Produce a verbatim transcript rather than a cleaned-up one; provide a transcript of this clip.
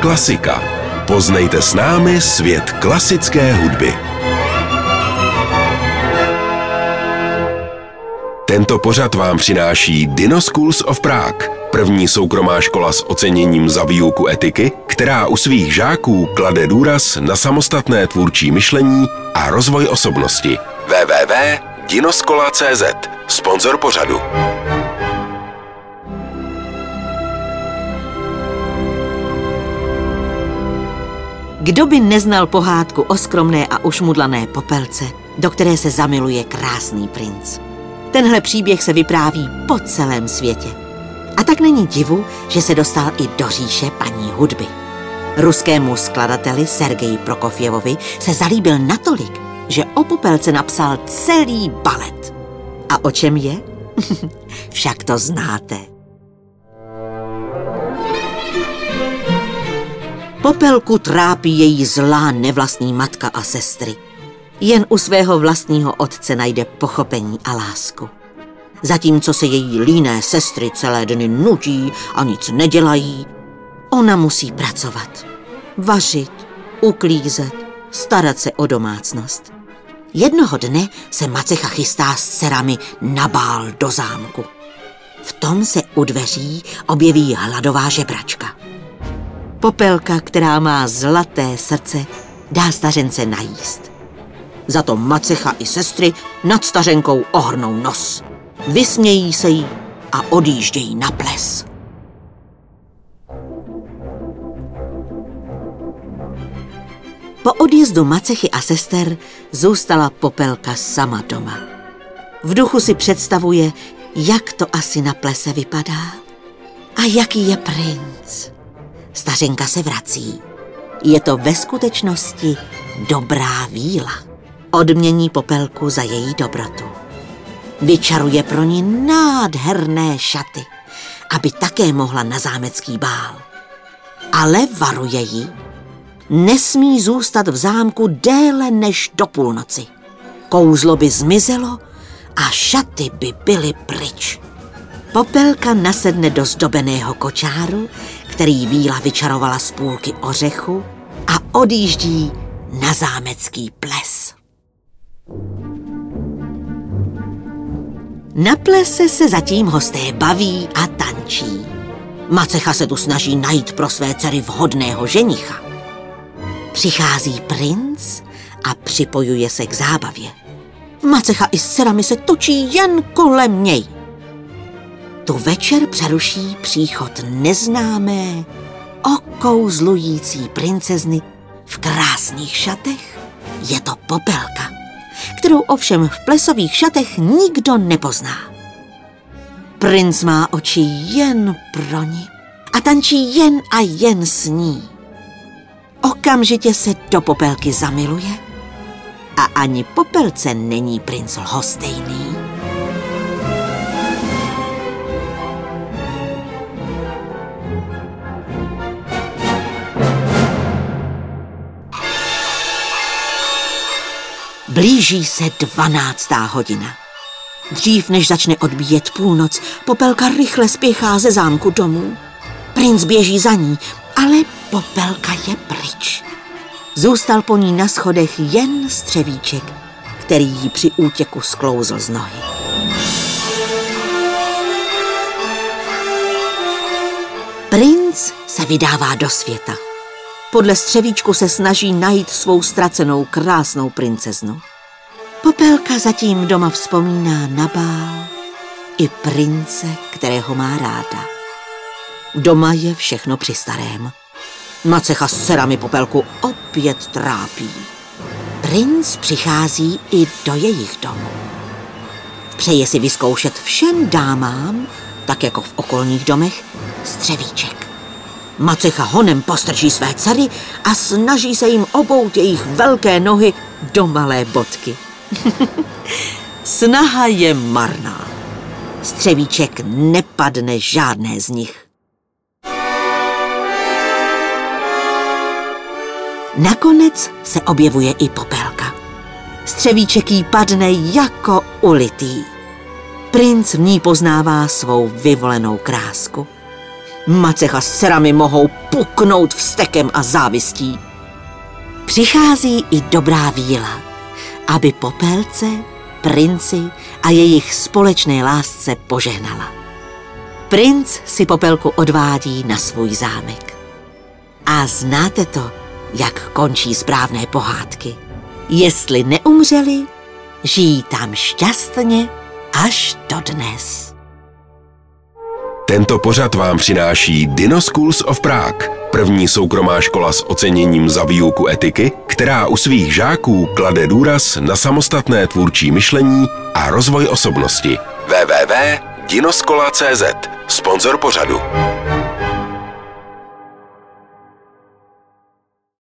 Klasika. Poznejte s námi svět klasické hudby. Tento pořad vám přináší Dino Schools of Prague, první soukromá škola s oceněním za výuku etiky, která u svých žáků klade důraz na samostatné tvůrčí myšlení a rozvoj osobnosti. w w w tečka dinoskola tečka c z, sponzor pořadu. Kdo by neznal pohádku o skromné a ušmudlané popelce, do které se zamiluje krásný princ? Tenhle příběh se vypráví po celém světě. A tak není divu, že se dostal i do říše paní hudby. Ruskému skladateli Sergeji Prokofjevovi se zalíbil natolik, že o popelce napsal celý balet. A o čem je? Však to znáte. Popelku trápí její zlá nevlastní matka a sestry. Jen u svého vlastního otce najde pochopení a lásku. Zatímco se její líné sestry celé dny nudí a nic nedělají, ona musí pracovat. Vařit, uklízet, starat se o domácnost. Jednoho dne se Macecha chystá s dcerami na bál do zámku. V tom se u dveří objeví hladová žebračka. Popelka, která má zlaté srdce, dá stařence najíst. Za to Macecha i sestry nad stařenkou ohrnou nos. Vysmějí se jí a odjíždějí na ples. Po odjezdu Macechy a sester zůstala Popelka sama doma. V duchu si představuje, jak to asi na plese vypadá a jaký je princ. Stařenka se vrací. Je to ve skutečnosti dobrá víla. Odmění Popelku za její dobrotu. Vyčaruje pro ní nádherné šaty, aby také mohla na zámecký bál. Ale varuje jí, nesmí zůstat v zámku déle než do půlnoci. Kouzlo by zmizelo a šaty by byly pryč. Popelka nasedne do zdobeného kočáru, který víla vyčarovala z půlky ořechu, a odjíždí na zámecký ples. Na plese se zatím hosté baví a tančí. Macecha se tu snaží najít pro své dcery vhodného ženicha. Přichází princ a připojuje se k zábavě. Macecha i s dcerami se točí jen kolem něj. Tu večer přeruší příchod neznámé, okouzlující princezny v krásných šatech. Je to Popelka, kterou ovšem v plesových šatech nikdo nepozná. Princ má oči jen pro ni a tančí jen a jen s ní. Okamžitě se do Popelky zamiluje a ani Popelce není princ lhostejný. Blíží se dvanáctá hodina. Dřív než začne odbíjet půlnoc, Popelka rychle spěchá ze zámku domů. Princ běží za ní, ale Popelka je pryč. Zůstal po ní na schodech jen střevíček, který jí při útěku sklouzl z nohy. Princ se vydává do světa. Podle střevíčku se snaží najít svou ztracenou krásnou princeznu. Popelka zatím doma vzpomíná na bál i prince, kterého má ráda. Doma je všechno při starém. Macecha s dcerami Popelku opět trápí. Princ přichází i do jejich domů. Přeje si vyzkoušet všem dámám, tak jako v okolních domech, střevíček. Macecha honem postrčí své dcery a snaží se jim obout jejich velké nohy do malé bodky. Snaha je marná. Střevíček nepadne žádné z nich. Nakonec se objevuje i Popelka. Střevíček jí padne jako ulitý. Princ v ní poznává svou vyvolenou krásku. Macecha s dcerami mohou puknout vztekem a závistí. Přichází i dobrá víla, aby Popelce, princi a jejich společné lásce požehnala. Princ si Popelku odvádí na svůj zámek. A znáte to, jak končí správné pohádky. Jestli neumřeli, žijí tam šťastně až dodnes. Tento pořad vám přináší Dino Schools of Prague, první soukromá škola s oceněním za výuku etiky, která u svých žáků klade důraz na samostatné tvůrčí myšlení a rozvoj osobnosti. w w w tečka dinoskola tečka cz, sponzor pořadu.